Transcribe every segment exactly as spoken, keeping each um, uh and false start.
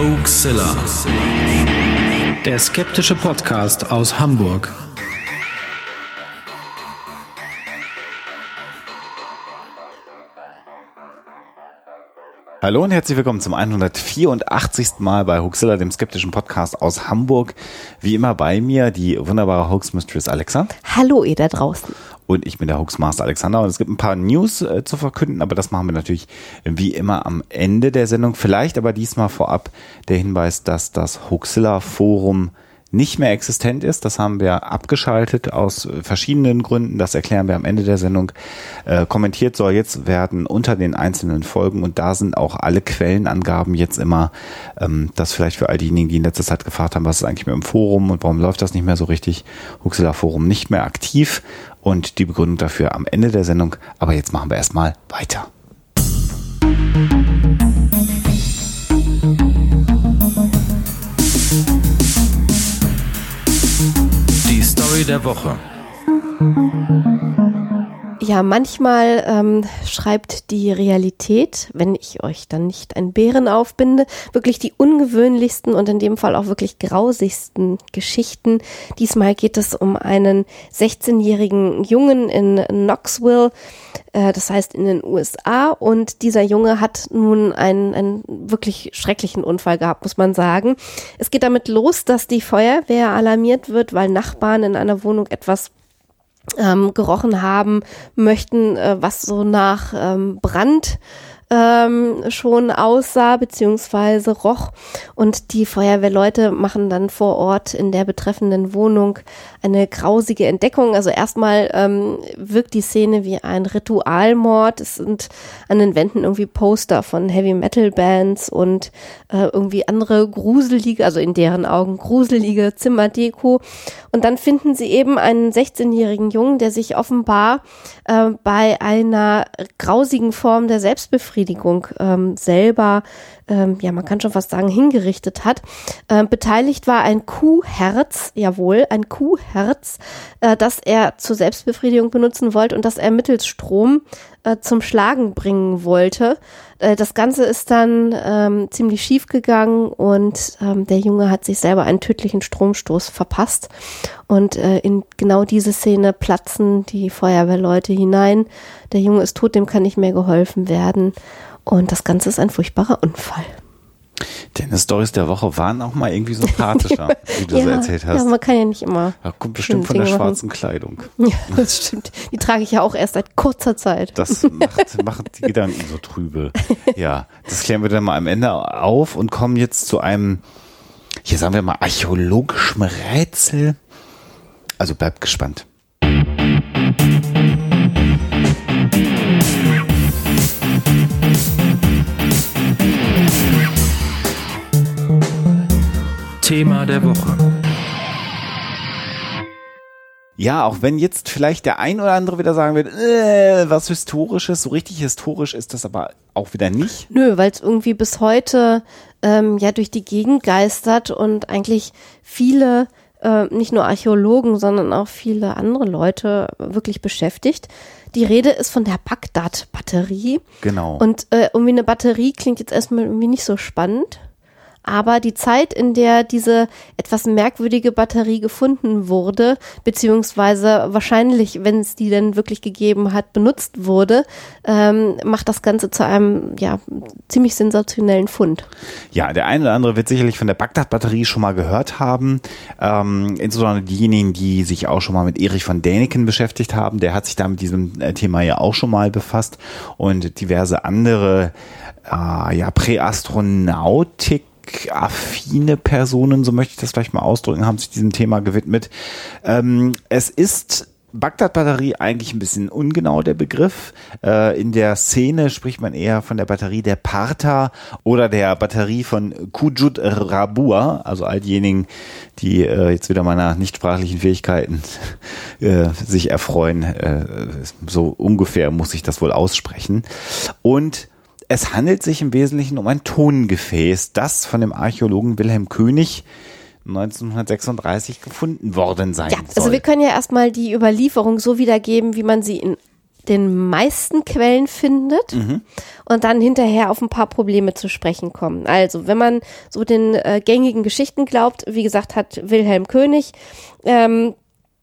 Hoaxilla, der skeptische Podcast aus Hamburg. Hallo und herzlich willkommen zum hundertvierundachtzigsten Mal bei Hoaxilla, dem skeptischen Podcast aus Hamburg. Wie immer bei mir die wunderbare Hoax-Mistress Alexa. Hallo ihr da draußen. Und ich bin der Hoaxmaster Alexander und es gibt ein paar News äh, zu verkünden, aber das machen wir natürlich wie immer am Ende der Sendung. Vielleicht aber diesmal vorab der Hinweis, dass das Hoaxilla-Forum nicht mehr existent ist. Das haben wir abgeschaltet aus verschiedenen Gründen. Das erklären wir am Ende der Sendung. Äh, kommentiert soll jetzt werden unter den einzelnen Folgen und da sind auch alle Quellenangaben jetzt immer, ähm, das vielleicht für all diejenigen, die in letzter Zeit gefragt haben, was ist eigentlich mit dem Forum und warum läuft das nicht mehr so richtig. Hoaxilla Forum nicht mehr aktiv und die Begründung dafür am Ende der Sendung. Aber jetzt machen wir erstmal weiter. Der Woche. Ja, manchmal ähm, schreibt die Realität, wenn ich euch dann nicht einen Bären aufbinde, wirklich die ungewöhnlichsten und in dem Fall auch wirklich grausigsten Geschichten. Diesmal geht es um einen sechzehnjährigen Jungen in Knoxville, äh, das heißt in den U S A, und dieser Junge hat nun einen, einen wirklich schrecklichen Unfall gehabt, muss man sagen. Es geht damit los, dass die Feuerwehr alarmiert wird, weil Nachbarn in einer Wohnung etwas Ähm, gerochen haben, möchten, äh, was so nach ähm, Brand ähm, schon aussah, beziehungsweise roch. Und die Feuerwehrleute machen dann vor Ort in der betreffenden Wohnung eine grausige Entdeckung. Also erstmal ähm, wirkt die Szene wie ein Ritualmord. Es sind an den Wänden irgendwie Poster von Heavy-Metal-Bands und äh, irgendwie andere gruselige, also in deren Augen gruselige Zimmerdeko. Und dann finden sie eben einen sechzehnjährigen Jungen, der sich offenbar äh, bei einer grausigen Form der Selbstbefriedigung ähm, selber, ähm, ja, man kann schon fast sagen, hingerichtet hat. Äh, beteiligt war ein Kuhherz, jawohl, ein Kuhherz, äh, das er zur Selbstbefriedigung benutzen wollte und das er mittels Strom äh, zum Schlagen bringen wollte. Äh, das Ganze ist dann ähm, ziemlich schief gegangen und ähm, der Junge hat sich selber einen tödlichen Stromstoß verpasst. Und äh, in genau diese Szene platzen die Feuerwehrleute hinein. Der Junge ist tot, dem kann nicht mehr geholfen werden. Und das Ganze ist ein furchtbarer Unfall. Deine Storys der Woche waren auch mal irgendwie sympathischer, wie du ja, so erzählt hast. Ja, man kann ja nicht immer. Ja, kommt bestimmt von der Dinge schwarzen machen. Kleidung. Ja, das stimmt. Die trage ich ja auch erst seit kurzer Zeit. Das macht, macht die Gedanken so trübe. Ja, das klären wir dann mal am Ende auf und kommen jetzt zu einem, hier sagen wir mal, archäologischen Rätsel. Also bleibt gespannt. Thema der Woche. Ja, auch wenn jetzt vielleicht der ein oder andere wieder sagen wird, äh, was Historisches, so richtig historisch ist das aber auch wieder nicht. Nö, weil es irgendwie bis heute ähm, ja durch die Gegend geistert und eigentlich viele, äh, nicht nur Archäologen, sondern auch viele andere Leute wirklich beschäftigt. Die Rede ist von der Bagdad-Batterie. Genau. Und äh, irgendwie eine Batterie klingt jetzt erstmal irgendwie nicht so spannend. Aber die Zeit, in der diese etwas merkwürdige Batterie gefunden wurde, beziehungsweise wahrscheinlich, wenn es die denn wirklich gegeben hat, benutzt wurde, ähm, macht das Ganze zu einem ja ziemlich sensationellen Fund. Ja, der eine oder andere wird sicherlich von der Bagdad-Batterie schon mal gehört haben. Ähm, insbesondere diejenigen, die sich auch schon mal mit Erich von Däniken beschäftigt haben. Der hat sich da mit diesem Thema ja auch schon mal befasst. Und diverse andere äh, ja, Präastronautik affine Personen, so möchte ich das vielleicht mal ausdrücken, haben sich diesem Thema gewidmet. Ähm, es ist Bagdad-Batterie eigentlich ein bisschen ungenau, der Begriff. Äh, in der Szene spricht man eher von der Batterie der Parther oder der Batterie von Qujud Rabua, also all diejenigen, die äh, jetzt wieder meiner nichtsprachlichen Fähigkeiten äh, sich erfreuen. Äh, so ungefähr muss ich das wohl aussprechen. Und es handelt sich im Wesentlichen um ein Tongefäß, das von dem Archäologen Wilhelm König neunzehnhundertsechsunddreißig gefunden worden sein ja, soll. Also wir können ja erstmal die Überlieferung so wiedergeben, wie man sie in den meisten Quellen findet Mhm. und dann hinterher auf ein paar Probleme zu sprechen kommen. Also wenn man so den äh, gängigen Geschichten glaubt, wie gesagt, hat Wilhelm König, ähm,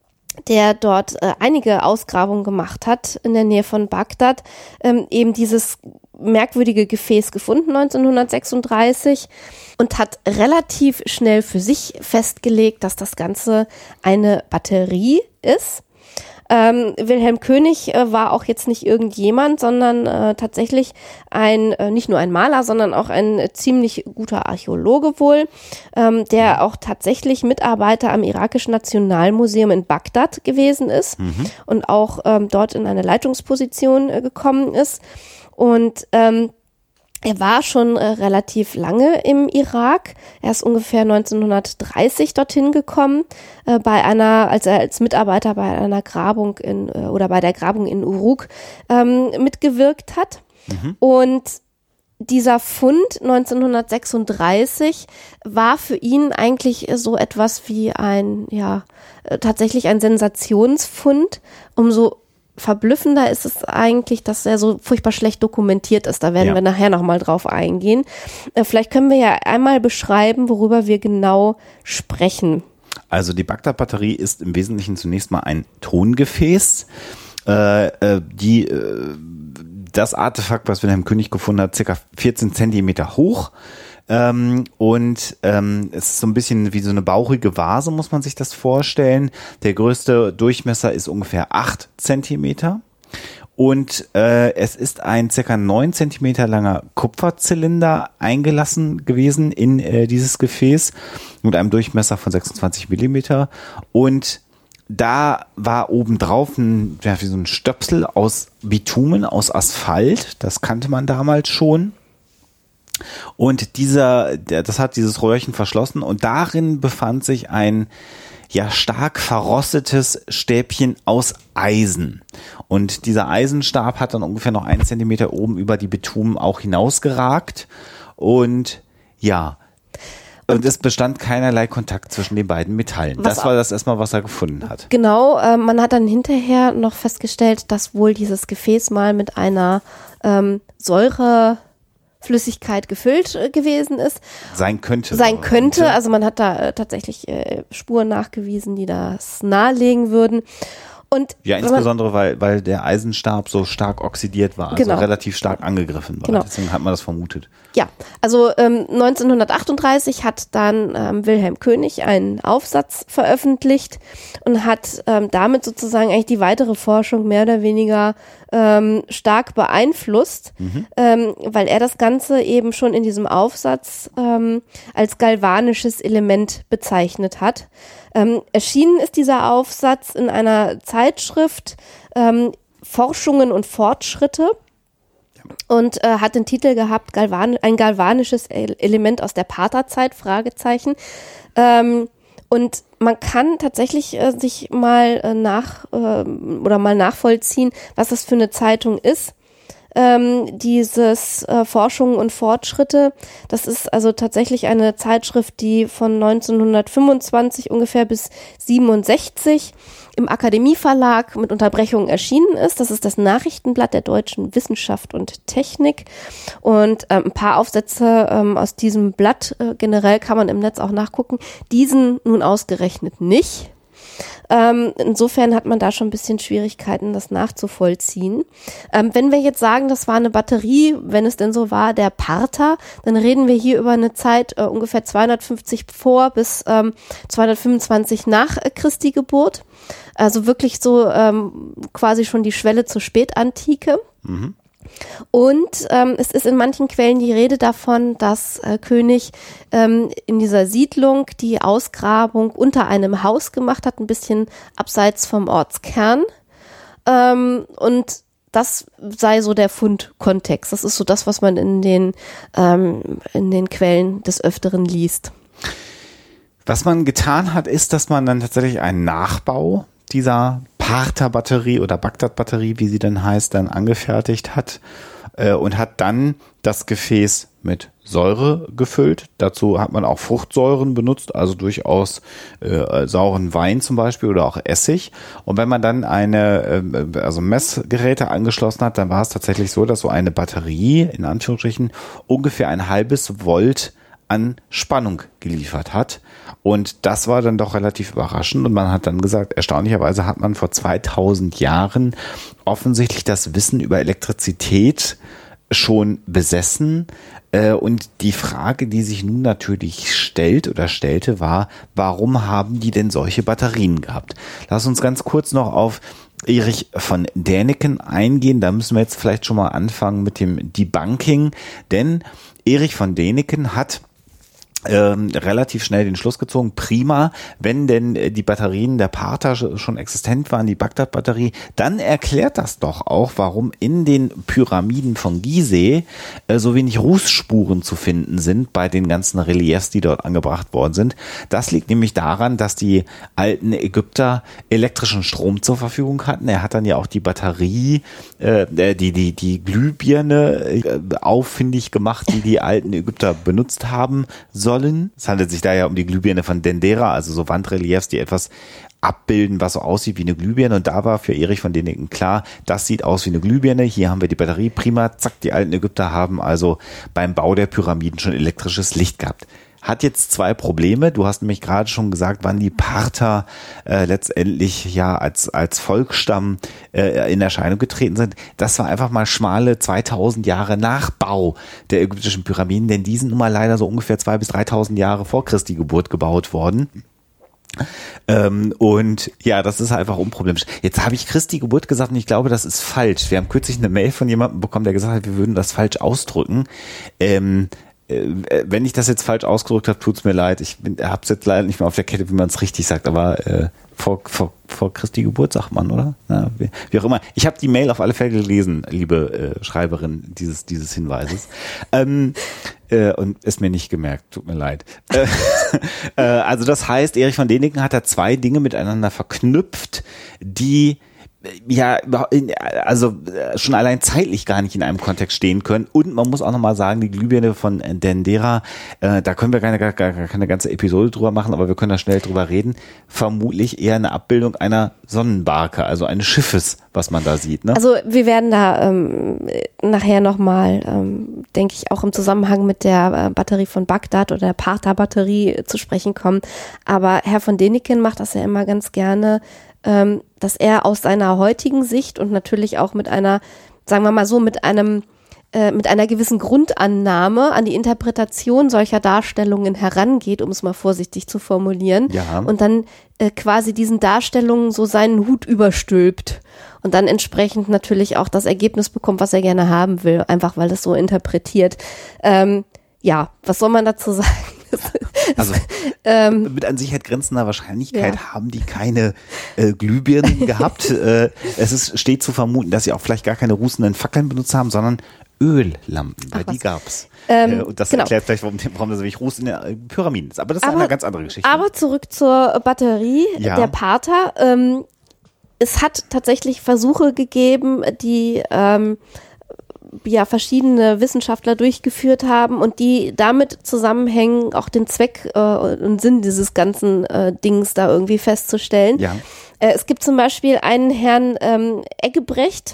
der dort äh, einige Ausgrabungen gemacht hat in der Nähe von Bagdad, ähm, eben dieses merkwürdige Gefäß gefunden neunzehnhundertsechsunddreißig und hat relativ schnell für sich festgelegt, dass das Ganze eine Batterie ist. Ähm, Wilhelm König äh, war auch jetzt nicht irgendjemand, sondern äh, tatsächlich ein, äh, nicht nur ein Maler, sondern auch ein äh, ziemlich guter Archäologe wohl, ähm, der auch tatsächlich Mitarbeiter am irakischen Nationalmuseum in Bagdad gewesen ist mhm. und auch ähm, dort in eine Leitungsposition äh, gekommen ist. Und ähm, er war schon äh, relativ lange im Irak. Er ist ungefähr neunzehnhundertdreißig dorthin gekommen, äh, bei einer, als er als Mitarbeiter bei einer Grabung in äh, oder bei der Grabung in Uruk ähm, mitgewirkt hat. Mhm. Und dieser Fund neunzehnhundertsechsunddreißig war für ihn eigentlich so etwas wie ein, ja, äh, tatsächlich ein Sensationsfund, umso verblüffender ist es eigentlich, dass er so furchtbar schlecht dokumentiert ist. Da werden ja. wir nachher nochmal drauf eingehen. Äh, vielleicht können wir ja einmal beschreiben, worüber wir genau sprechen. Also die Bagdad-Batterie ist im Wesentlichen zunächst mal ein Tongefäß. Äh, äh, die, äh, das Artefakt, was Wilhelm König gefunden hat, circa vierzehn Zentimeter hoch. Ähm, und ähm, es ist so ein bisschen wie so eine bauchige Vase, muss man sich das vorstellen. Der größte Durchmesser ist ungefähr acht Zentimeter. Und äh, es ist ein circa neun Zentimeter langer Kupferzylinder eingelassen gewesen in äh, dieses Gefäß mit einem Durchmesser von sechsundzwanzig Millimeter. Und da war obendrauf ein, ja, wie so ein Stöpsel aus Bitumen, aus Asphalt. Das kannte man damals schon. Und dieser, das hat dieses Röhrchen verschlossen und darin befand sich ein ja stark verrostetes Stäbchen aus Eisen. Und dieser Eisenstab hat dann ungefähr noch einen Zentimeter oben über die Bitumen auch hinausgeragt. Und ja, und es bestand keinerlei Kontakt zwischen den beiden Metallen. Das war das erstmal, was er gefunden hat. Genau, äh, man hat dann hinterher noch festgestellt, dass wohl dieses Gefäß mal mit einer ähm, Säure Flüssigkeit gefüllt äh, gewesen ist. Sein könnte. Sein könnte, also man hat da äh, tatsächlich äh, Spuren nachgewiesen, die das nahelegen würden. Und ja, insbesondere, weil, weil der Eisenstab so stark oxidiert war, also genau. relativ stark angegriffen war. Genau. Deswegen hat man das vermutet. Ja, also ähm, neunzehnhundertachtunddreißig hat dann ähm, Wilhelm König einen Aufsatz veröffentlicht und hat ähm, damit sozusagen eigentlich die weitere Forschung mehr oder weniger ähm, stark beeinflusst, mhm. ähm, weil er das Ganze eben schon in diesem Aufsatz ähm, als galvanisches Element bezeichnet hat. Ähm, erschienen ist dieser Aufsatz in einer Zeitschrift ähm, Forschungen und Fortschritte und äh, hat den Titel gehabt, Galvan- ein galvanisches Element aus der Parther-Zeit, Fragezeichen. Ähm, und man kann tatsächlich äh, sich mal äh, nach äh, oder mal nachvollziehen, was das für eine Zeitung ist. Ähm, dieses äh, Forschungen und Fortschritte, das ist also tatsächlich eine Zeitschrift, die von neunzehnhundertfünfundzwanzig ungefähr bis siebenundsechzig im Akademieverlag mit Unterbrechungen erschienen ist. Das ist das Nachrichtenblatt der deutschen Wissenschaft und Technik und ähm, ein paar Aufsätze ähm, aus diesem Blatt, äh, generell kann man im Netz auch nachgucken, diesen nun ausgerechnet nicht. Ähm, insofern hat man da schon ein bisschen Schwierigkeiten, das nachzuvollziehen. Ähm, wenn wir jetzt sagen, das war eine Batterie, wenn es denn so war, der Parther, dann reden wir hier über eine Zeit äh, ungefähr zweihundertfünfzig vor bis ähm, zweihundertfünfundzwanzig nach äh, Christi Geburt. Also wirklich so ähm, quasi schon die Schwelle zur Spätantike. Mhm. Und ähm, es ist in manchen Quellen die Rede davon, dass äh, König ähm, in dieser Siedlung die Ausgrabung unter einem Haus gemacht hat, ein bisschen abseits vom Ortskern. Ähm, und das sei so der Fundkontext. Das ist so das, was man in den, ähm, in den Quellen des Öfteren liest. Was man getan hat, ist, dass man dann tatsächlich einen Nachbau dieser Parther-Batterie oder Bagdad-Batterie, wie sie denn heißt, dann angefertigt hat äh, und hat dann das Gefäß mit Säure gefüllt. Dazu hat man auch Fruchtsäuren benutzt, also durchaus äh, sauren Wein zum Beispiel oder auch Essig. Und wenn man dann eine, äh, also Messgeräte angeschlossen hat, dann war es tatsächlich so, dass so eine Batterie, in Anführungsstrichen, ungefähr ein halbes Volt an Spannung geliefert hat. Und das war dann doch relativ überraschend. Und man hat dann gesagt, erstaunlicherweise hat man vor zweitausend Jahren offensichtlich das Wissen über Elektrizität schon besessen. Und die Frage, die sich nun natürlich stellt oder stellte, war, warum haben die denn solche Batterien gehabt? Lass uns ganz kurz noch auf Erich von Däniken eingehen. Da müssen wir jetzt vielleicht schon mal anfangen mit dem Debunking. Denn Erich von Däniken hat Ähm, relativ schnell den Schluss gezogen, prima, wenn denn äh, die Batterien der Parther schon existent waren, die Bagdad-Batterie, dann erklärt das doch auch, warum in den Pyramiden von Gizeh äh, so wenig Rußspuren zu finden sind bei den ganzen Reliefs, die dort angebracht worden sind. Das liegt nämlich daran, dass die alten Ägypter elektrischen Strom zur Verfügung hatten. Er hat dann ja auch die Batterie, äh, die, die, die Glühbirne äh, auffindig gemacht, die die alten Ägypter benutzt haben sollen. Es handelt sich da ja um die Glühbirne von Dendera, also so Wandreliefs, die etwas abbilden, was so aussieht wie eine Glühbirne. Und da war für Erich von Däniken klar, das sieht aus wie eine Glühbirne. Hier haben wir die Batterie, prima, zack, die alten Ägypter haben also beim Bau der Pyramiden schon elektrisches Licht gehabt. Hat jetzt zwei Probleme. Du hast nämlich gerade schon gesagt, wann die Parther äh, letztendlich ja als als Volksstamm äh, in Erscheinung getreten sind. Das war einfach mal schmale zweitausend Jahre nach Bau der ägyptischen Pyramiden, denn die sind nun mal leider so ungefähr zweitausend bis dreitausend Jahre vor Christi Geburt gebaut worden. Ähm, und ja, das ist einfach unproblematisch. Jetzt habe ich Christi Geburt gesagt und ich glaube, das ist falsch. Wir haben kürzlich eine Mail von jemandem bekommen, der gesagt hat, wir würden das falsch ausdrücken. Ähm, Wenn ich das jetzt falsch ausgedrückt habe, tut's mir leid. Ich habe es jetzt leider nicht mehr auf der Kette, wie man es richtig sagt, aber äh, vor, vor, vor Christi Geburt sagt man, oder? Na, wie, wie auch immer. Ich habe die Mail auf alle Fälle gelesen, liebe äh, Schreiberin dieses dieses Hinweises. Ähm, äh, und ist mir nicht gemerkt, tut mir leid. äh, äh, also das heißt, Erich von Däniken hat da zwei Dinge miteinander verknüpft, die ja, also schon allein zeitlich gar nicht in einem Kontext stehen können. Und man muss auch nochmal sagen, die Glühbirne von Dendera, äh, da können wir keine, gar, gar keine ganze Episode drüber machen, aber wir können da schnell drüber reden. Vermutlich eher eine Abbildung einer Sonnenbarke, also eines Schiffes, was man da sieht. Ne? Also wir werden da ähm, nachher nochmal, ähm, denke ich, auch im Zusammenhang mit der äh, Batterie von Bagdad oder der Parther-Batterie äh, zu sprechen kommen. Aber Herr von Däniken macht das ja immer ganz gerne, ähm, dass er aus seiner heutigen Sicht und natürlich auch mit einer, sagen wir mal so, mit einem äh, mit einer gewissen Grundannahme an die Interpretation solcher Darstellungen herangeht, um es mal vorsichtig zu formulieren, ja. Und dann äh, quasi diesen Darstellungen so seinen Hut überstülpt und dann entsprechend natürlich auch das Ergebnis bekommt, was er gerne haben will, einfach weil es so interpretiert. Ähm, ja, was soll man dazu sagen? Also ähm, mit an Sicherheit grenzender Wahrscheinlichkeit ja. haben die keine äh, Glühbirnen gehabt. äh, es ist, steht zu vermuten, dass sie auch vielleicht gar keine rußenden Fackeln benutzt haben, sondern Öllampen, weil Ach, die gab's. Ähm, äh, und das genau. erklärt vielleicht, warum, warum das nämlich Ruß in der Pyramiden ist. Aber das ist aber, eine ganz andere Geschichte. Aber zurück zur Batterie ja. der Parther. Ähm, es hat tatsächlich Versuche gegeben, die ähm, ja verschiedene Wissenschaftler durchgeführt haben und die damit zusammenhängen, auch den Zweck äh, und Sinn dieses ganzen äh, Dings da irgendwie festzustellen. Ja. Äh, es gibt zum Beispiel einen Herrn ähm, Eggebrecht,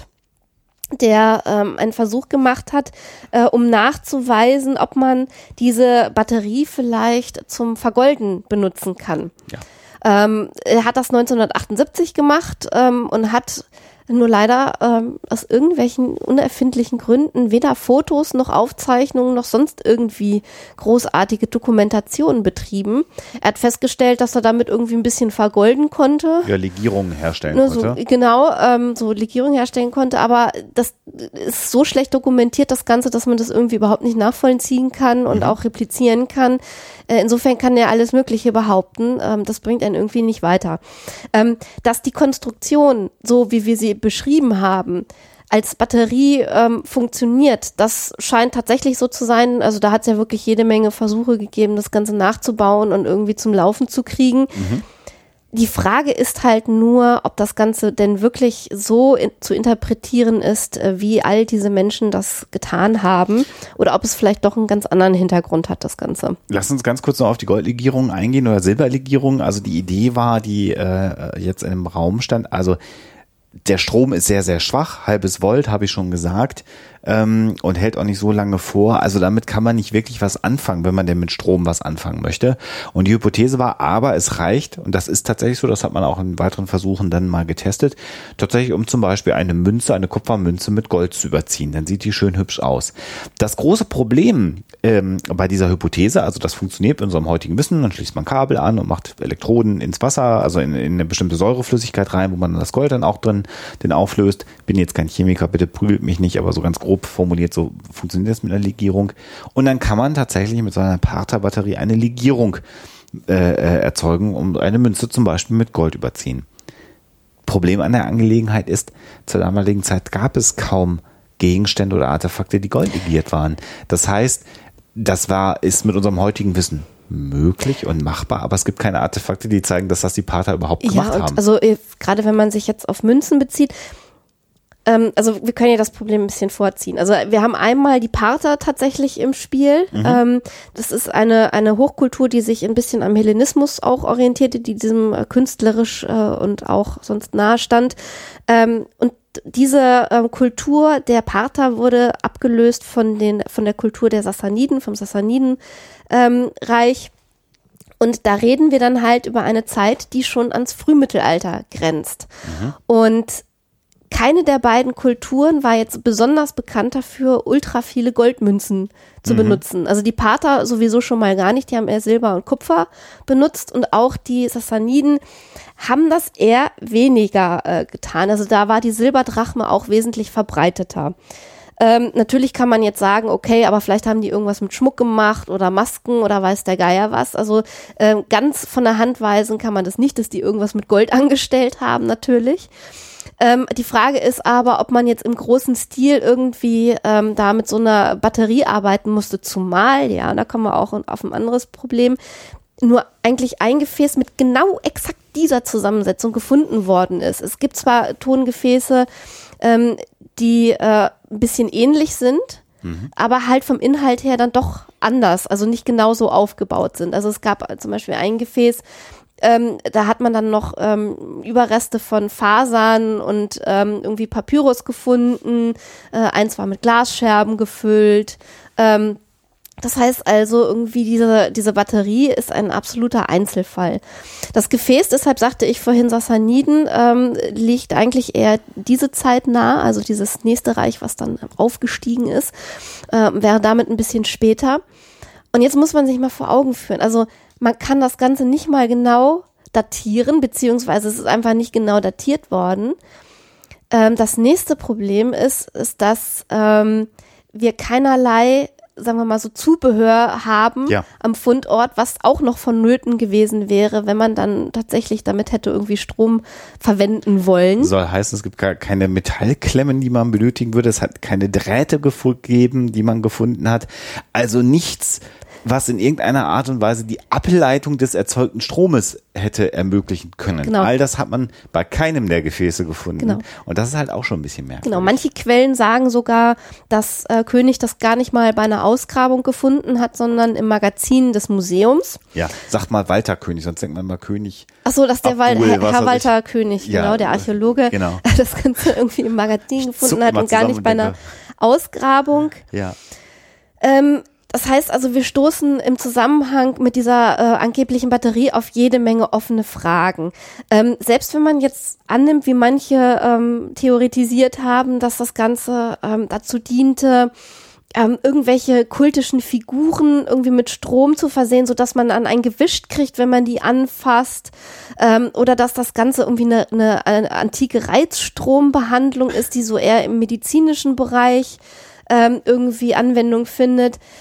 der ähm, einen Versuch gemacht hat, äh, um nachzuweisen, ob man diese Batterie vielleicht zum Vergolden benutzen kann. Ja. Ähm, er hat das neunzehnhundertachtundsiebzig gemacht ähm, und hat nur leider ähm, aus irgendwelchen unerfindlichen Gründen weder Fotos noch Aufzeichnungen noch sonst irgendwie großartige Dokumentationen betrieben. Er hat festgestellt, dass er damit irgendwie ein bisschen vergolden konnte. Ja, Legierungen herstellen ne, konnte. So, genau, ähm, so Legierungen herstellen konnte, aber das ist so schlecht dokumentiert, das Ganze, dass man das irgendwie überhaupt nicht nachvollziehen kann und mhm. auch replizieren kann. Äh, insofern kann er alles Mögliche behaupten. Ähm, das bringt einen irgendwie nicht weiter. Ähm, dass die Konstruktion, so wie wir sie beschrieben haben, als Batterie ähm, funktioniert, das scheint tatsächlich so zu sein. Also da hat es ja wirklich jede Menge Versuche gegeben, das Ganze nachzubauen und irgendwie zum Laufen zu kriegen. Mhm. Die Frage ist halt nur, ob das Ganze denn wirklich so in, zu interpretieren ist, wie all diese Menschen das getan haben, oder ob es vielleicht doch einen ganz anderen Hintergrund hat, das Ganze. Lass uns ganz kurz noch auf die Goldlegierung eingehen oder Silberlegierung. Also die Idee war, die äh, jetzt in dem Raum stand, also der Strom ist sehr, sehr schwach, halbes Volt, habe ich schon gesagt, ähm, und hält auch nicht so lange vor. Also damit kann man nicht wirklich was anfangen, wenn man denn mit Strom was anfangen möchte. Und die Hypothese war, aber es reicht, und das ist tatsächlich so, das hat man auch in weiteren Versuchen dann mal getestet, tatsächlich um zum Beispiel eine Münze, eine Kupfermünze mit Gold zu überziehen. Dann sieht die schön hübsch aus. Das große Problem ähm, bei dieser Hypothese, also das funktioniert in unserem heutigen Wissen, dann schließt man Kabel an und macht Elektroden ins Wasser, also in, in eine bestimmte Säureflüssigkeit rein, wo man das Gold dann auch drin den auflöst. Bin jetzt kein Chemiker, bitte prügelt mich nicht, aber so ganz grob formuliert, so funktioniert das mit einer Legierung. Und dann kann man tatsächlich mit so einer Partha-Batterie eine Legierung äh, erzeugen, um eine Münze zum Beispiel mit Gold überziehen. Problem an der Angelegenheit ist, zur damaligen Zeit gab es kaum Gegenstände oder Artefakte, die goldlegiert waren. Das heißt, das war, ist mit unserem heutigen Wissen möglich und machbar, aber es gibt keine Artefakte, die zeigen, dass das die Parther überhaupt gemacht ja, und haben. Also gerade wenn man sich jetzt auf Münzen bezieht, ähm, also wir können ja das Problem ein bisschen vorziehen. Also wir haben einmal die Parther tatsächlich im Spiel. Mhm. Ähm, das ist eine eine Hochkultur, die sich ein bisschen am Hellenismus auch orientierte, die diesem äh, künstlerisch äh, und auch sonst nahe stand. Ähm, und diese ähm, Kultur der Parther wurde abgelöst von den von der Kultur der Sassaniden, vom Sassanidenreich. Ähm, und da reden wir dann halt über eine Zeit, die schon ans Frühmittelalter grenzt. Mhm. Und keine der beiden Kulturen war jetzt besonders bekannt dafür, ultra viele Goldmünzen zu mhm. benutzen. Also die Parther sowieso schon mal gar nicht, die haben eher Silber und Kupfer benutzt, und auch die Sassaniden haben das eher weniger äh, getan. Also da war die Silberdrachme auch wesentlich verbreiteter. Ähm, natürlich kann man jetzt sagen, okay, aber vielleicht haben die irgendwas mit Schmuck gemacht oder Masken oder weiß der Geier was. Also ähm, ganz von der Hand weisen kann man das nicht, dass die irgendwas mit Gold angestellt haben, natürlich. Ähm, die Frage ist aber, ob man jetzt im großen Stil irgendwie ähm, da mit so einer Batterie arbeiten musste, zumal, ja, da kommen wir auch auf ein anderes Problem, nur eigentlich ein Gefäß mit genau exakt dieser Zusammensetzung gefunden worden ist. Es gibt zwar Tongefäße, ähm, die äh, ein bisschen ähnlich sind, mhm. aber halt vom Inhalt her dann doch anders, also nicht genauso aufgebaut sind. Also es gab zum Beispiel ein Gefäß, Ähm, da hat man dann noch ähm, Überreste von Fasern und ähm, irgendwie Papyrus gefunden. Äh, eins war mit Glasscherben gefüllt. Ähm, das heißt also, irgendwie diese, diese Batterie ist ein absoluter Einzelfall. Das Gefäß, deshalb sagte ich vorhin Sassaniden, ähm, liegt eigentlich eher diese Zeit nah, also dieses nächste Reich, was dann aufgestiegen ist, äh, wäre damit ein bisschen später. Und jetzt muss man sich mal vor Augen führen, also man kann das Ganze nicht mal genau datieren, beziehungsweise es ist einfach nicht genau datiert worden. Ähm, das nächste Problem ist, ist, dass ähm, wir keinerlei, sagen wir mal so, Zubehör haben ja. am Fundort, was auch noch vonnöten gewesen wäre, wenn man dann tatsächlich damit hätte irgendwie Strom verwenden wollen. Soll heißen, es gibt gar keine Metallklemmen, die man benötigen würde. Es hat keine Drähte gegeben, die man gefunden hat. Also nichts, was in irgendeiner Art und Weise die Ableitung des erzeugten Stromes hätte ermöglichen können. Genau. All das hat man bei keinem der Gefäße gefunden. Genau. Und das ist halt auch schon ein bisschen merkwürdig. Genau, manche Quellen sagen sogar, dass äh, König das gar nicht mal bei einer Ausgrabung gefunden hat, sondern im Magazin des Museums. Ja, sagt mal Walter König, sonst denkt man mal König. Ach so, dass der Abdul, Herr, Herr Walter ich, König, genau, ja, der Archäologe, genau. das Ganze irgendwie im Magazin gefunden hat und gar nicht bei einer Ausgrabung. Ja. Ähm, Das heißt also, wir stoßen im Zusammenhang mit dieser äh, angeblichen Batterie auf jede Menge offene Fragen. Ähm, selbst wenn man jetzt annimmt, wie manche ähm, theoretisiert haben, dass das Ganze ähm, dazu diente, ähm, irgendwelche kultischen Figuren irgendwie mit Strom zu versehen, sodass man an ein gewischt kriegt, wenn man die anfasst, ähm, oder dass das Ganze irgendwie eine, eine, eine antike Reizstrombehandlung ist, die so eher im medizinischen Bereich ähm, irgendwie Anwendung findet.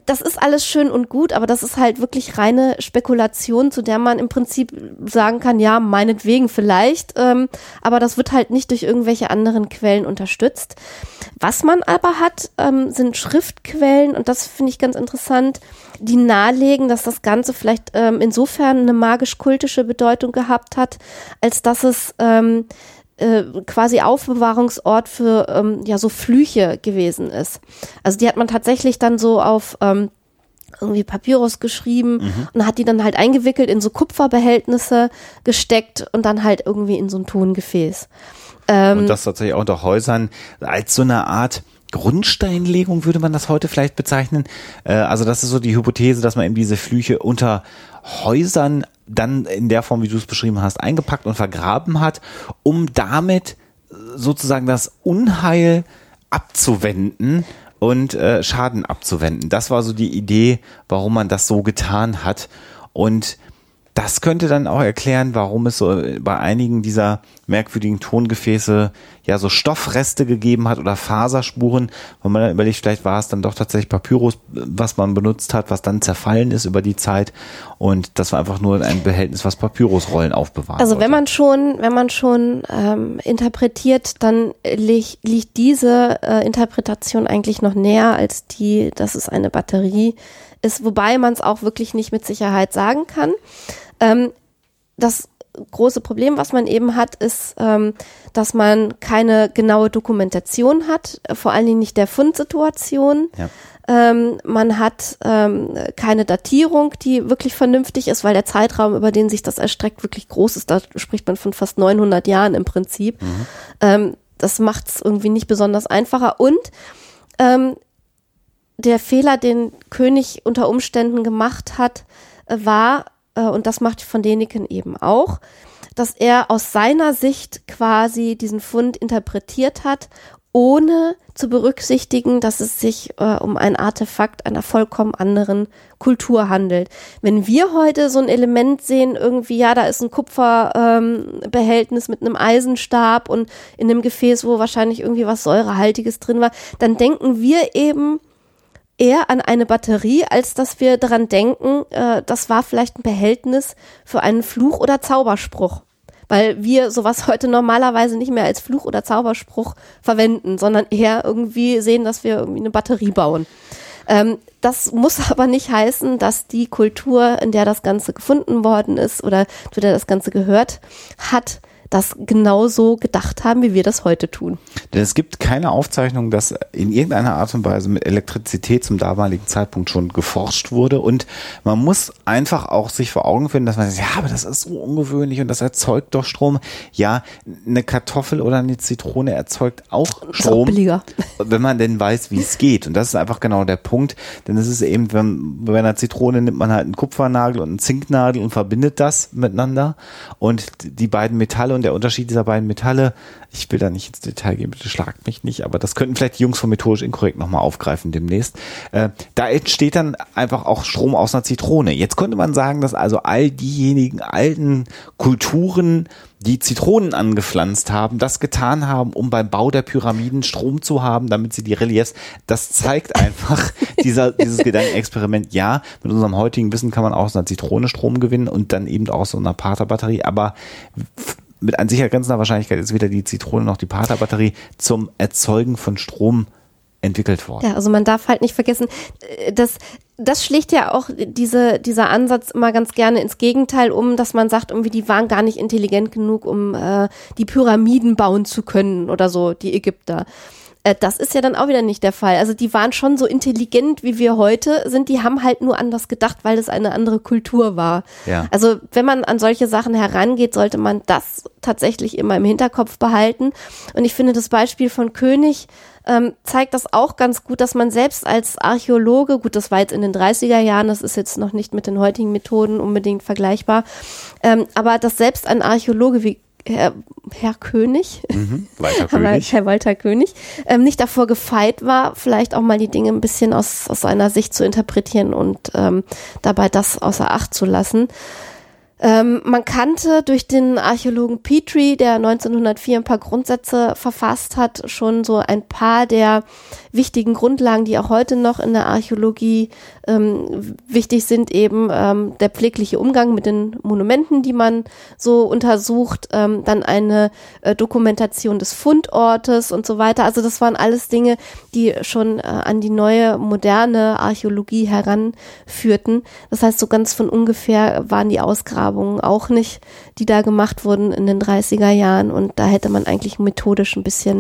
das ist alles schön und gut, aber das ist halt wirklich reine Spekulation, zu der man im Prinzip sagen kann, ja, meinetwegen vielleicht, ähm, aber das wird halt nicht durch irgendwelche anderen Quellen unterstützt. Was man aber hat, ähm, sind Schriftquellen, und das finde ich ganz interessant, die nahelegen, dass das Ganze vielleicht ähm, insofern eine magisch-kultische Bedeutung gehabt hat, als dass es ähm, äh, quasi Aufbewahrungsort für ähm, ja so Flüche gewesen ist. Also die hat man tatsächlich dann so auf ähm, irgendwie Papyrus geschrieben mhm. und hat die dann halt eingewickelt in so Kupferbehältnisse gesteckt und dann halt irgendwie in so ein Tongefäß. Ähm, und das tatsächlich auch unter Häusern als so eine Art Grundsteinlegung, würde man das heute vielleicht bezeichnen. Äh, also das ist so die Hypothese, dass man eben diese Flüche unter Häusern dann in der Form, wie du es beschrieben hast, eingepackt und vergraben hat, um damit sozusagen das Unheil abzuwenden und äh, Schaden abzuwenden. Das war so die Idee, warum man das so getan hat. Und das könnte dann auch erklären, warum es so bei einigen dieser merkwürdigen Tongefäße ja so Stoffreste gegeben hat oder Faserspuren, wenn man dann überlegt, vielleicht war es dann doch tatsächlich Papyrus, was man benutzt hat, was dann zerfallen ist über die Zeit, und das war einfach nur ein Behältnis, was Papyrusrollen aufbewahrt. Also wollte. wenn man schon, wenn man schon ähm, interpretiert, dann li- liegt diese äh, Interpretation eigentlich noch näher als die, dass es eine Batterie ist, wobei man es auch wirklich nicht mit Sicherheit sagen kann. Ähm, das große Problem, was man eben hat, ist, ähm, dass man keine genaue Dokumentation hat, vor allen Dingen nicht der Fundsituation. Ja. Ähm, man hat ähm, keine Datierung, die wirklich vernünftig ist, weil der Zeitraum, über den sich das erstreckt, wirklich groß ist. Da spricht man von fast neunhundert Jahren im Prinzip. Mhm. Ähm, das macht es irgendwie nicht besonders einfacher. Und ähm, der Fehler, den König unter Umständen gemacht hat, war, und das macht von Däniken eben auch, dass er aus seiner Sicht quasi diesen Fund interpretiert hat, ohne zu berücksichtigen, dass es sich äh, um ein Artefakt einer vollkommen anderen Kultur handelt. Wenn wir heute so ein Element sehen, irgendwie, ja, da ist ein Kupferbehältnis ähm, mit einem Eisenstab und in einem Gefäß, wo wahrscheinlich irgendwie was Säurehaltiges drin war, dann denken wir eben eher an eine Batterie, als dass wir daran denken, äh, das war vielleicht ein Behältnis für einen Fluch oder Zauberspruch. Weil wir sowas heute normalerweise nicht mehr als Fluch oder Zauberspruch verwenden, sondern eher irgendwie sehen, dass wir irgendwie eine Batterie bauen. Ähm, das muss aber nicht heißen, dass die Kultur, in der das Ganze gefunden worden ist oder zu der das Ganze gehört hat, das genauso gedacht haben, wie wir das heute tun. Denn es gibt keine Aufzeichnung, dass in irgendeiner Art und Weise mit Elektrizität zum damaligen Zeitpunkt schon geforscht wurde, und man muss einfach auch sich vor Augen finden, dass man sagt, ja, aber das ist so ungewöhnlich und das erzeugt doch Strom. Ja, eine Kartoffel oder eine Zitrone erzeugt auch Strom, auch billiger, wenn man denn weiß, wie es geht. Und das ist einfach genau der Punkt, denn es ist eben, wenn, bei einer Zitrone nimmt man halt einen Kupfernagel und einen Zinknagel und verbindet das miteinander, und die beiden Metalle und der Unterschied dieser beiden Metalle, ich will da nicht ins Detail gehen, bitte schlagt mich nicht, aber das könnten vielleicht die Jungs von Methodisch Inkorrekt nochmal aufgreifen demnächst. Äh, da entsteht dann einfach auch Strom aus einer Zitrone. Jetzt könnte man sagen, dass also all diejenigen alten Kulturen, die Zitronen angepflanzt haben, das getan haben, um beim Bau der Pyramiden Strom zu haben, damit sie die Reliefs, das zeigt einfach dieser, dieses Gedankenexperiment. Ja, mit unserem heutigen Wissen kann man auch aus einer Zitrone Strom gewinnen und dann eben auch aus so einer Pater-Batterie, aber mit an sicher grenzender Wahrscheinlichkeit ist weder die Zitrone noch die Pater-Batterie zum Erzeugen von Strom entwickelt worden. Ja, also man darf halt nicht vergessen, dass das schlägt ja auch diese, dieser Ansatz immer ganz gerne ins Gegenteil um, dass man sagt, irgendwie die waren gar nicht intelligent genug, um äh, die Pyramiden bauen zu können oder so, die Ägypter. Äh, das ist ja dann auch wieder nicht der Fall. Also die waren schon so intelligent, wie wir heute sind, die haben halt nur anders gedacht, weil es eine andere Kultur war. Ja. Also wenn man an solche Sachen herangeht, sollte man das tatsächlich immer im Hinterkopf behalten. Und ich finde, das Beispiel von König ähm, zeigt das auch ganz gut, dass man selbst als Archäologe, gut, das war jetzt in den dreißiger Jahren, das ist jetzt noch nicht mit den heutigen Methoden unbedingt vergleichbar, ähm, aber dass selbst ein Archäologe wie Herr, Herr König, mhm, Walter König. Herr Walter König, ähm, nicht davor gefeit war, vielleicht auch mal die Dinge ein bisschen aus, aus seiner Sicht zu interpretieren und ähm, dabei das außer Acht zu lassen. Ähm, man kannte durch den Archäologen Petrie, der neunzehnhundertvier ein paar Grundsätze verfasst hat, schon so ein paar der wichtigen Grundlagen, die auch heute noch in der Archäologie ähm, wichtig sind, eben ähm, der pflegliche Umgang mit den Monumenten, die man so untersucht, ähm, dann eine äh, Dokumentation des Fundortes und so weiter. Also das waren alles Dinge, die schon äh, an die neue, moderne Archäologie heranführten. Das heißt, so ganz von ungefähr waren die Ausgrabungen auch nicht, die da gemacht wurden in den dreißiger Jahren, und da hätte man eigentlich methodisch ein bisschen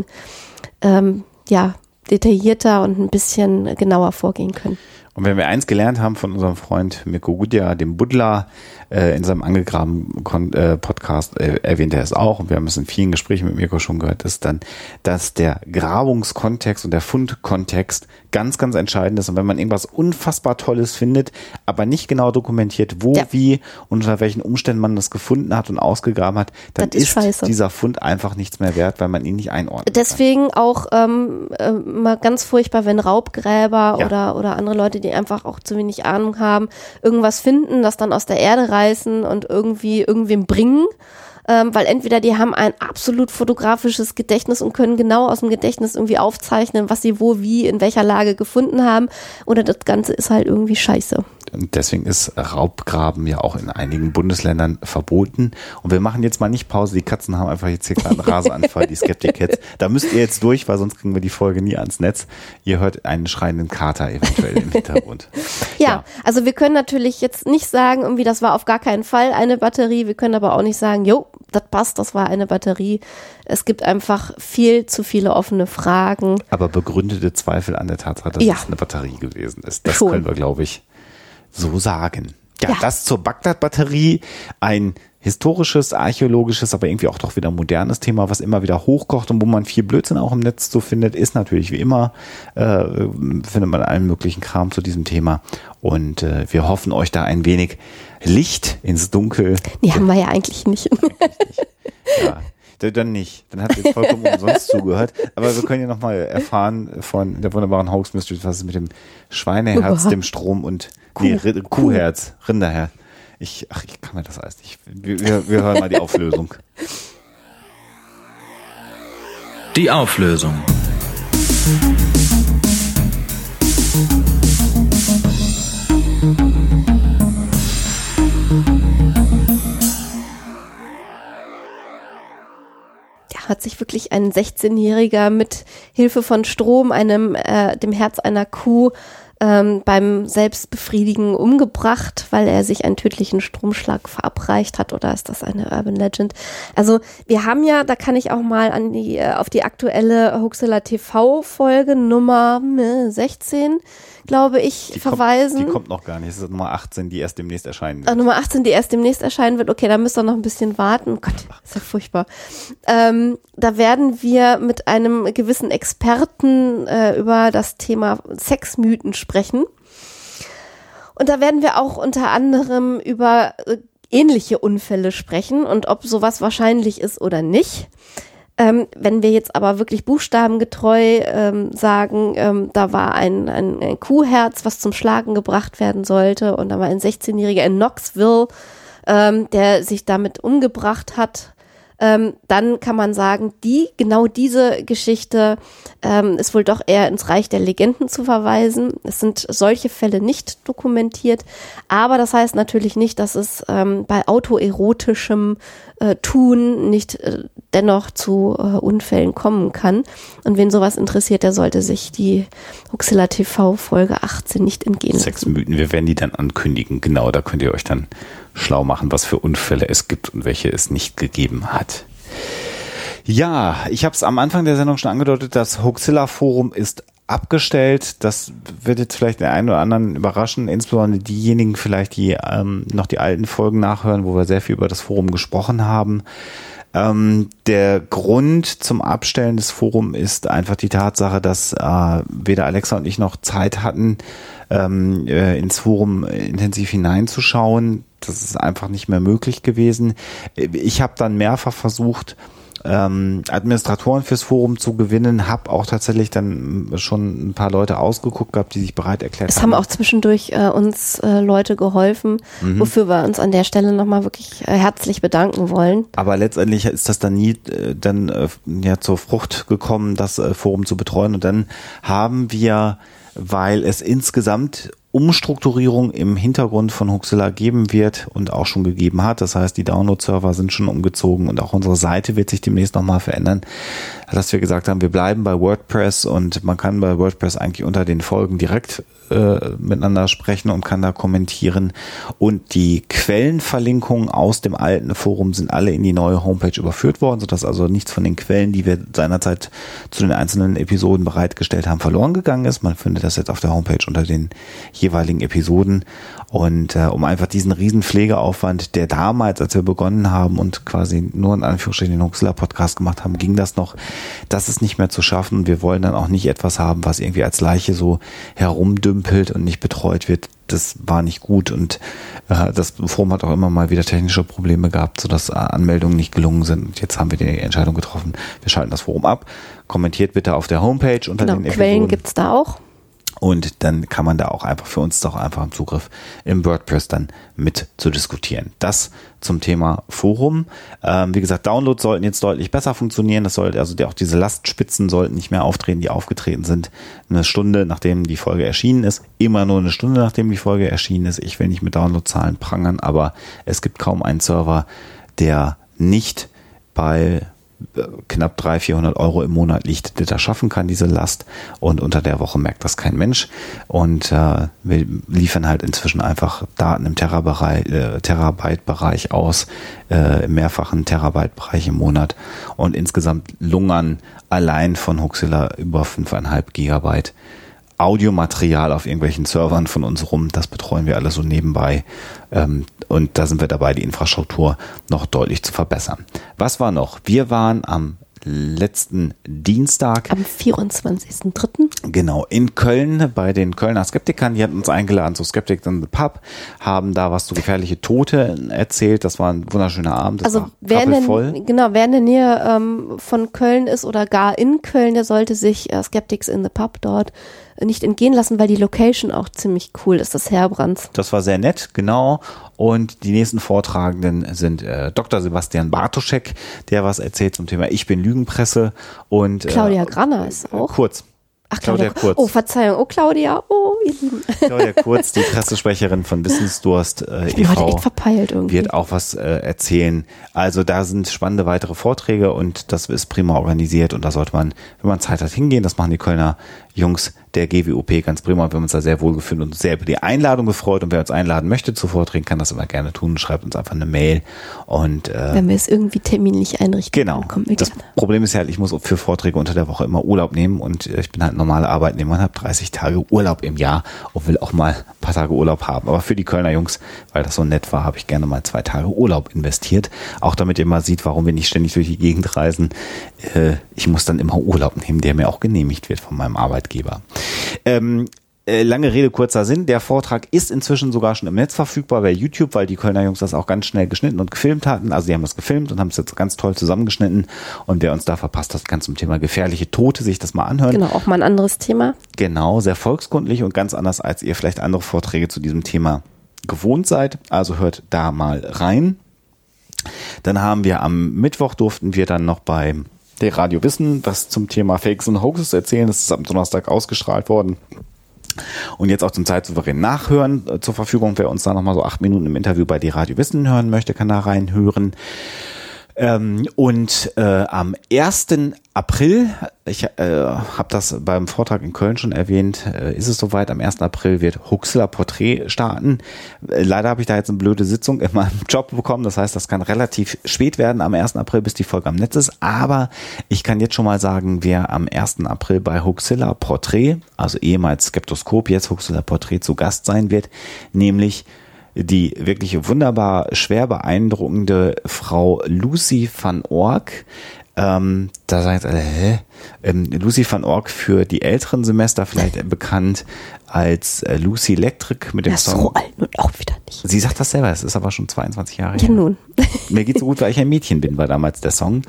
ähm, ja, detaillierter und ein bisschen genauer vorgehen können. Und wenn wir eins gelernt haben von unserem Freund Mirko Gudja, dem Buddler, äh, in seinem angegraben Kon- äh, Podcast äh, erwähnt er es auch, und wir haben es in vielen Gesprächen mit Mirko schon gehört, ist dann, dass der Grabungskontext und der Fundkontext ganz, ganz entscheidend ist. Und wenn man irgendwas unfassbar Tolles findet, aber nicht genau dokumentiert, wo, ja. wie und unter welchen Umständen man das gefunden hat und ausgegraben hat, dann das ist, ist dieser Fund einfach nichts mehr wert, weil man ihn nicht einordnet. Deswegen kann. auch ähm, äh, mal ganz furchtbar, wenn Raubgräber ja. oder, oder andere Leute, die einfach auch zu wenig Ahnung haben, irgendwas finden, das dann aus der Erde reißen und irgendwie irgendwem bringen. Ähm, weil entweder die haben ein absolut fotografisches Gedächtnis und können genau aus dem Gedächtnis irgendwie aufzeichnen, was sie wo, wie, in welcher Lage gefunden haben, oder das Ganze ist halt irgendwie scheiße. Und deswegen ist Raubgraben ja auch in einigen Bundesländern verboten. Und wir machen jetzt mal nicht Pause. Die Katzen haben einfach jetzt hier gerade einen Rasenanfall, die Skeptic-Cats. Da müsst ihr jetzt durch, weil sonst kriegen wir die Folge nie ans Netz. Ihr hört einen schreienden Kater eventuell im Hintergrund. Ja, ja, also wir können natürlich jetzt nicht sagen, irgendwie das war auf gar keinen Fall eine Batterie. Wir können aber auch nicht sagen, jo, das passt, das war eine Batterie. Es gibt einfach viel zu viele offene Fragen. Aber begründete Zweifel an der Tatsache, dass ja. es eine Batterie gewesen ist. Das Schon. können wir, glaube ich, so sagen. Ja, ja, das zur Bagdad-Batterie, ein historisches, archäologisches, aber irgendwie auch doch wieder modernes Thema, was immer wieder hochkocht und wo man viel Blödsinn auch im Netz so findet, ist natürlich wie immer, äh, findet man allen möglichen Kram zu diesem Thema, und äh, wir hoffen, euch da ein wenig Licht ins Dunkel. Die haben wir ja eigentlich nicht. Ja. Dann nicht. Dann hat ihr vollkommen umsonst zugehört. Aber wir können ja nochmal erfahren von der wunderbaren Hoax Mysteries, was es mit dem Schweineherz, Uah. dem Strom und Kuh. nee, R- Kuhherz, Rinderherz. Ich, ach, ich kann mir das alles nicht. Wir, wir, wir hören mal die Auflösung. Die Auflösung. Hat sich wirklich ein sechzehnjähriger mit Hilfe von Strom, einem äh, dem Herz einer Kuh, ähm, beim Selbstbefriedigen umgebracht, weil er sich einen tödlichen Stromschlag verabreicht hat, oder ist das eine Urban Legend? Also wir haben ja, da kann ich auch mal an die äh, auf die aktuelle Hoaxilla T V-Folge Nummer äh, sechzehn, glaube ich, die verweisen. Kommt, die kommt noch gar nicht. Das ist Nummer achtzehn, die erst demnächst erscheinen wird. Ach, Nummer achtzehn, die erst demnächst erscheinen wird. Okay, da müsst ihr noch ein bisschen warten. Oh Gott, ist ja furchtbar. Ähm, da werden wir mit einem gewissen Experten äh, über das Thema Sexmythen sprechen. Und da werden wir auch unter anderem über äh, ähnliche Unfälle sprechen und ob sowas wahrscheinlich ist oder nicht. Ähm, wenn wir jetzt aber wirklich buchstabengetreu ähm, sagen, ähm, da war ein, ein, ein Kuhherz, was zum Schlagen gebracht werden sollte, und da war ein sechzehnjähriger in Knoxville, ähm, der sich damit umgebracht hat, ähm, dann kann man sagen, die genau diese Geschichte ähm, ist wohl doch eher ins Reich der Legenden zu verweisen. Es sind solche Fälle nicht dokumentiert, aber das heißt natürlich nicht, dass es ähm, bei autoerotischem äh, Tun nicht äh, dennoch zu äh, Unfällen kommen kann. Und wen sowas interessiert, der sollte sich die Hoaxilla T V Folge achtzehn nicht entgehen. Sexmythen, wir werden die dann ankündigen. Genau, da könnt ihr euch dann schlau machen, was für Unfälle es gibt und welche es nicht gegeben hat. Ja, ich habe es am Anfang der Sendung schon angedeutet, das Hoaxilla-Forum ist abgestellt. Das wird jetzt vielleicht den einen oder anderen überraschen, insbesondere diejenigen vielleicht, die ähm, noch die alten Folgen nachhören, wo wir sehr viel über das Forum gesprochen haben. Ähm, der Grund zum Abstellen des Forums ist einfach die Tatsache, dass äh, weder Alexa und ich noch Zeit hatten, ähm, äh, ins Forum intensiv hineinzuschauen. Das ist einfach nicht mehr möglich gewesen. Ich habe dann mehrfach versucht, ähm, Administratoren fürs Forum zu gewinnen, habe auch tatsächlich dann schon ein paar Leute ausgeguckt gehabt, die sich bereit erklärt es haben. Es haben auch zwischendurch äh, uns äh, Leute geholfen, mhm. wofür wir uns an der Stelle nochmal wirklich äh, herzlich bedanken wollen. Aber letztendlich ist das dann nie äh, dann äh, ja zur Frucht gekommen, das äh, Forum zu betreuen. Und dann haben wir, weil es insgesamt Umstrukturierung im Hintergrund von Huxilla geben wird und auch schon gegeben hat. Das heißt, die Download-Server sind schon umgezogen und auch unsere Seite wird sich demnächst nochmal verändern, dass wir gesagt haben, wir bleiben bei WordPress und man kann bei WordPress eigentlich unter den Folgen direkt äh, miteinander sprechen und kann da kommentieren. Und die Quellenverlinkungen aus dem alten Forum sind alle in die neue Homepage überführt worden, sodass also nichts von den Quellen, die wir seinerzeit zu den einzelnen Episoden bereitgestellt haben, verloren gegangen ist. Man findet das jetzt auf der Homepage unter den jeweiligen Episoden und äh, um einfach diesen riesen Pflegeaufwand, der damals, als wir begonnen haben und quasi nur in Anführungsstrichen den Huxilla-Podcast gemacht haben, ging das noch. Das ist nicht mehr zu schaffen. Wir wollen dann auch nicht etwas haben, was irgendwie als Leiche so herumdümpelt und nicht betreut wird. Das war nicht gut und äh, das Forum hat auch immer mal wieder technische Probleme gehabt, sodass Anmeldungen nicht gelungen sind. Und jetzt haben wir die Entscheidung getroffen, wir schalten das Forum ab. Kommentiert bitte auf der Homepage unter genau, den Episoden. Quellen gibt's da auch. Und dann kann man da auch einfach, für uns doch einfach im Zugriff im WordPress dann mit zu diskutieren. Das zum Thema Forum. Ähm, wie gesagt, Downloads sollten jetzt deutlich besser funktionieren. Das sollte, also die, auch diese Lastspitzen sollten nicht mehr auftreten, die aufgetreten sind. Eine Stunde, nachdem die Folge erschienen ist. Immer nur eine Stunde, nachdem die Folge erschienen ist. Ich will nicht mit Downloadzahlen prangern, aber es gibt kaum einen Server, der nicht bei knapp dreihundert, vierhundert Euro im Monat liegt, der das schaffen kann, diese Last. Und unter der Woche merkt das kein Mensch. Und äh, wir liefern halt inzwischen einfach Daten im Terabereich, äh, Terabyte-Bereich aus, äh, im mehrfachen Terabyte-Bereich im Monat. Und insgesamt lungern allein von Huxilla über fünfeinhalb Gigabyte Audiomaterial auf irgendwelchen Servern von uns rum. Das betreuen wir alles so nebenbei. Ähm, und da sind wir dabei, die Infrastruktur noch deutlich zu verbessern. Was war noch? Wir waren am letzten Dienstag. Am vierundzwanzigsten dritten Genau, in Köln bei den Kölner Skeptikern. Die hatten uns eingeladen zu Skeptics in the Pub, haben da was zu gefährliche Tote erzählt. Das war ein wunderschöner Abend. Das also wer in, der, genau, wer in der Nähe ähm, von Köln ist oder gar in Köln, der sollte sich äh, Skeptics in the Pub dort nicht entgehen lassen, weil die Location auch ziemlich cool ist, das Herbrands. Das war sehr nett, genau. Und die nächsten Vortragenden sind äh, Doktor Sebastian Bartoschek, der was erzählt zum Thema Ich bin Lügenpresse. Und äh, Claudia Granner ist auch. Kurz. Ach, Claudia, Claudia Kurz. Oh, Verzeihung. Oh, Claudia. Oh, ihr Lieben. Claudia Kurz, die Pressesprecherin von Wissensdurst äh, ich bin e V, heute echt verpeilt irgendwie. Wird auch was äh, erzählen. Also da sind spannende weitere Vorträge und das ist prima organisiert und da sollte man, wenn man Zeit hat, hingehen. Das machen die Kölner Jungs der G W O P ganz prima. Wir haben uns da sehr wohl gefühlt und sehr über die Einladung gefreut. Und wer uns einladen möchte zu Vorträgen, kann das immer gerne tun. Schreibt uns einfach eine Mail. Und äh, wenn wir es irgendwie terminlich einrichten, genau. dann kommen wir das gerne. Problem ist ja halt, ich muss für Vorträge unter der Woche immer Urlaub nehmen und ich bin halt normaler Arbeitnehmer und habe dreißig Tage Urlaub im Jahr und will auch mal ein paar Tage Urlaub haben. Aber für die Kölner Jungs, weil das so nett war, habe ich gerne mal zwei Tage Urlaub investiert. Auch damit ihr mal seht, warum wir nicht ständig durch die Gegend reisen. Äh, ich muss dann immer Urlaub nehmen, der mir auch genehmigt wird von meinem Arbeitgeber. Ähm, äh, lange Rede, kurzer Sinn. Der Vortrag ist inzwischen sogar schon im Netz verfügbar bei YouTube, weil die Kölner Jungs das auch ganz schnell geschnitten und gefilmt hatten. Also die haben das gefilmt und haben es jetzt ganz toll zusammengeschnitten. Und wer uns da verpasst hat, kann zum Thema gefährliche Tote sich das mal anhören. Genau, auch mal ein anderes Thema. Genau, sehr volkskundlich und ganz anders, als ihr vielleicht andere Vorträge zu diesem Thema gewohnt seid. Also hört da mal rein. Dann haben wir am Mittwoch durften wir dann noch bei der Radio Wissen was zum Thema Fakes und Hoaxes erzählen. Das ist am Donnerstag ausgestrahlt worden. Und jetzt auch zum zeitsouveränen Nachhören äh, zur Verfügung. Wer uns da nochmal so acht Minuten im Interview bei die Radio Wissen hören möchte, kann da reinhören. Ähm, und äh, am ersten April, ich äh, habe das beim Vortrag in Köln schon erwähnt, äh, ist es soweit, am ersten April wird Huxilla Porträt starten. Äh, leider habe ich da jetzt eine blöde Sitzung in meinem Job bekommen, das heißt, das kann relativ spät werden am ersten April, bis die Folge am Netz ist, aber ich kann jetzt schon mal sagen, wer am ersten April bei Huxilla Porträt, also ehemals Skeptoskop, jetzt Huxilla Porträt zu Gast sein wird, nämlich die wirklich wunderbar schwer beeindruckende Frau Lucy van Ork, ähm, da sagen jetzt alle, hä? Ähm, Lucy van Ork für die älteren Semester vielleicht bekannt als äh, Lucy Electric mit dem ja, Song. So alt nun auch wieder nicht. Sie sagt das selber, es ist aber schon zweiundzwanzig Jahre Ja, her. nun. Mir geht's so gut, weil ich ein Mädchen bin, war damals der Song.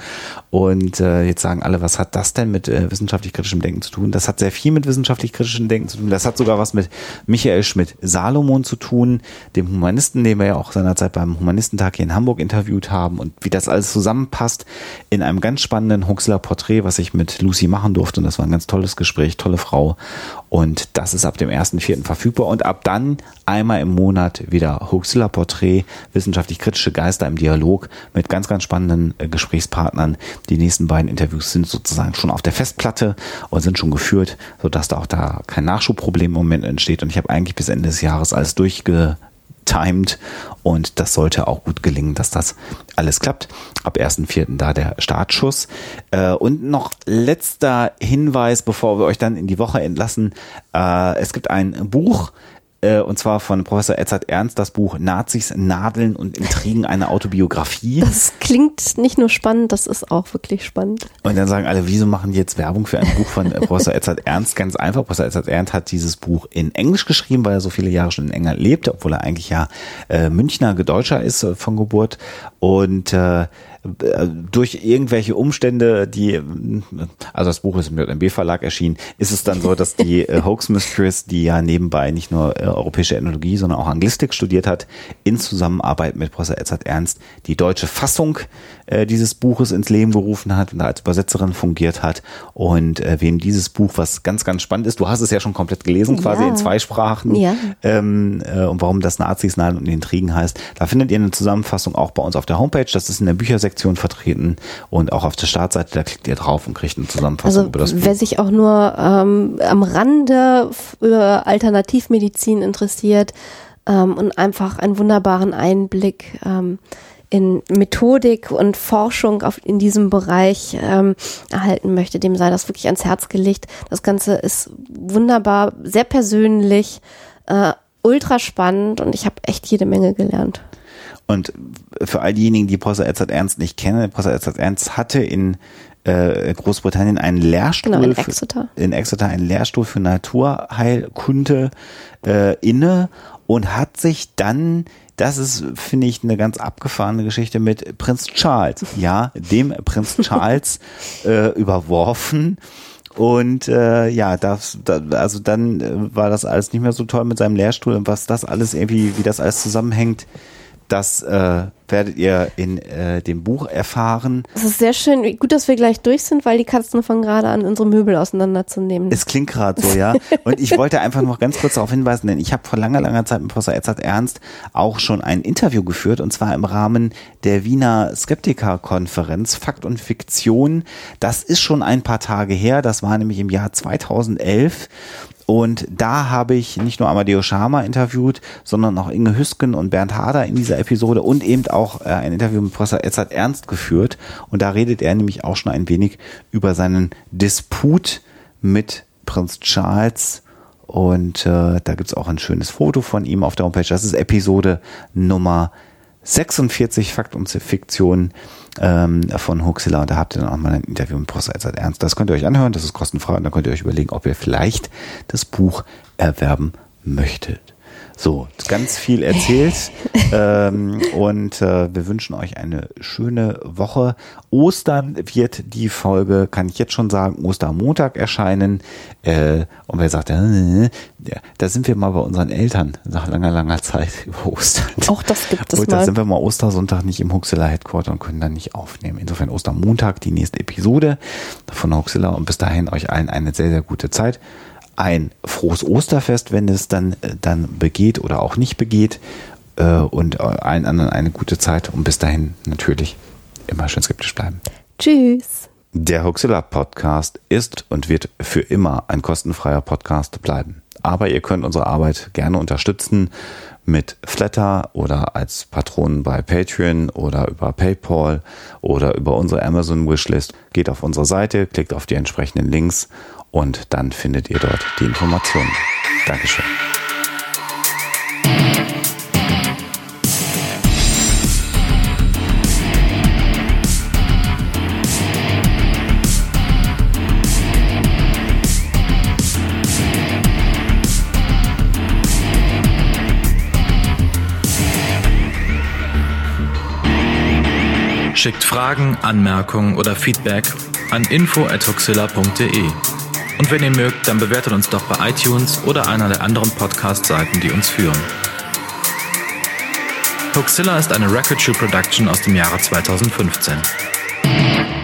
Und äh, jetzt sagen alle, was hat das denn mit äh, wissenschaftlich-kritischem Denken zu tun? Das hat sehr viel mit wissenschaftlich-kritischem Denken zu tun. Das hat sogar was mit Michael Schmidt-Salomon zu tun, dem Humanisten, den wir ja auch seinerzeit beim Humanistentag hier in Hamburg interviewt haben. Und wie das alles zusammenpasst in einem ganz spannenden Huxler-Porträt, was ich mit Lucy machen durfte. Und das war ein ganz tolles Gespräch, tolle Frau. Und das ist ab dem ersten vierten verfügbar. Und ab dann einmal im Monat wieder Huxler-Porträt, wissenschaftlich-kritische Geister im Dialog mit ganz, ganz spannenden äh, Gesprächspartnern. Die nächsten beiden Interviews sind sozusagen schon auf der Festplatte und sind schon geführt, sodass da auch da kein Nachschubproblem im Moment entsteht. Und ich habe eigentlich bis Ende des Jahres alles durchgetimed und das sollte auch gut gelingen, dass das alles klappt. Ab ersten vierten da der Startschuss. Äh, und noch letzter Hinweis, bevor wir euch dann in die Woche entlassen. Äh, es gibt ein Buch, und zwar von Professor Edzard Ernst, das Buch Nazis, Nadeln und Intrigen, eine Autobiografie. Das klingt nicht nur spannend, das ist auch wirklich spannend. Und dann sagen alle, wieso machen die jetzt Werbung für ein Buch von Professor Edzard Ernst? Ganz einfach, Professor Edzard Ernst hat dieses Buch in Englisch geschrieben, weil er so viele Jahre schon in England lebt, obwohl er eigentlich ja äh, Münchner Deutscher ist äh, von Geburt. Und äh, durch irgendwelche Umstände, die, also das Buch ist im J M B Verlag erschienen, ist es dann so, dass die äh, Hoax Mistress, die ja nebenbei nicht nur äh, europäische Ethnologie, sondern auch Anglistik studiert hat, in Zusammenarbeit mit Professor Edzard Ernst die deutsche Fassung äh, dieses Buches ins Leben gerufen hat und da als Übersetzerin fungiert hat. Und äh, wem dieses Buch, was ganz, ganz spannend ist, du hast es ja schon komplett gelesen, quasi ja. in zwei Sprachen, ja. ähm, äh, und warum das Nazis, Nadeln und Intrigen heißt, da findet ihr eine Zusammenfassung auch bei uns auf der Homepage, das ist in der Büchersektion vertreten und auch auf der Startseite, da klickt ihr drauf und kriegt eine Zusammenfassung also, über das Buch. Wer sich auch nur ähm, am Rande für Alternativmedizin interessiert ähm, und einfach einen wunderbaren Einblick ähm, in Methodik und Forschung auf, in diesem Bereich ähm, erhalten möchte, dem sei das wirklich ans Herz gelegt. Das Ganze ist wunderbar, sehr persönlich, äh, ultra spannend und ich habe echt jede Menge gelernt. Und für all diejenigen, die Professor Edzard Ernst nicht kennen, Professor Edzard Ernst hatte in äh, Großbritannien einen Lehrstuhl, genau, in Exeter. Für, in Exeter einen Lehrstuhl für Naturheilkunde äh, inne und hat sich dann, das ist, finde ich, eine ganz abgefahrene Geschichte, mit Prinz Charles, ja, dem Prinz Charles äh, überworfen. Und äh, ja, das, da, also dann äh, war das alles nicht mehr so toll mit seinem Lehrstuhl und was das alles irgendwie, wie das alles zusammenhängt, das äh, werdet ihr in äh, dem Buch erfahren. Es ist sehr schön, wie gut, dass wir gleich durch sind, weil die Katzen fangen gerade an, unsere Möbel auseinanderzunehmen. Es klingt gerade so, ja. Und ich wollte einfach noch ganz kurz darauf hinweisen, denn ich habe vor langer, langer Zeit mit Professor Edzard Ernst auch schon ein Interview geführt, und zwar im Rahmen der Wiener Skeptiker-Konferenz Fakt und Fiktion. Das ist schon ein paar Tage her, das war nämlich im Jahr zweitausendelf. Und da habe ich nicht nur Amadeo Schama interviewt, sondern auch Inge Hüsken und Bernd Hader in dieser Episode und eben auch äh, ein Interview mit Professor Edzard Ernst geführt. Und da redet er nämlich auch schon ein wenig über seinen Disput mit Prinz Charles. Und äh, da gibt's auch ein schönes Foto von ihm auf der Homepage. Das ist Episode Nummer sechsundvierzig, Fakt und Fiktion ähm, von Huxilla. Und da habt ihr dann auch mal ein Interview mit Professor Edzard Ernst. Das könnt ihr euch anhören, das ist kostenfrei. Und dann könnt ihr euch überlegen, ob ihr vielleicht das Buch erwerben möchtet. So, ganz viel erzählt ähm, und äh, wir wünschen euch eine schöne Woche. Ostern wird die Folge, kann ich jetzt schon sagen, Ostermontag erscheinen. Äh, und wer sagt, äh, ja, da sind wir mal bei unseren Eltern nach langer, langer Zeit über Ostern. Auch das gibt es und mal. da sind wir mal Ostersonntag nicht im Huxilla Headquarter und können dann nicht aufnehmen. Insofern Ostermontag die nächste Episode von Huxilla und bis dahin euch allen eine sehr, sehr gute Zeit. Ein frohes Osterfest, wenn es dann, dann begeht oder auch nicht begeht. Und allen anderen eine gute Zeit. Und bis dahin natürlich immer schön skeptisch bleiben. Tschüss. Der Huxilla Podcast ist und wird für immer ein kostenfreier Podcast bleiben. Aber ihr könnt unsere Arbeit gerne unterstützen mit Flatter oder als Patronen bei Patreon oder über PayPal oder über unsere Amazon Wishlist. Geht auf unsere Seite, klickt auf die entsprechenden Links und dann findet ihr dort die Informationen. Dankeschön. Schickt Fragen, Anmerkungen oder Feedback an info at huxilla punkt de. Und wenn ihr mögt, dann bewertet uns doch bei iTunes oder einer der anderen Podcast-Seiten, die uns führen. Huxilla ist eine Record Shoe Production aus dem Jahre zweitausendfünfzehn.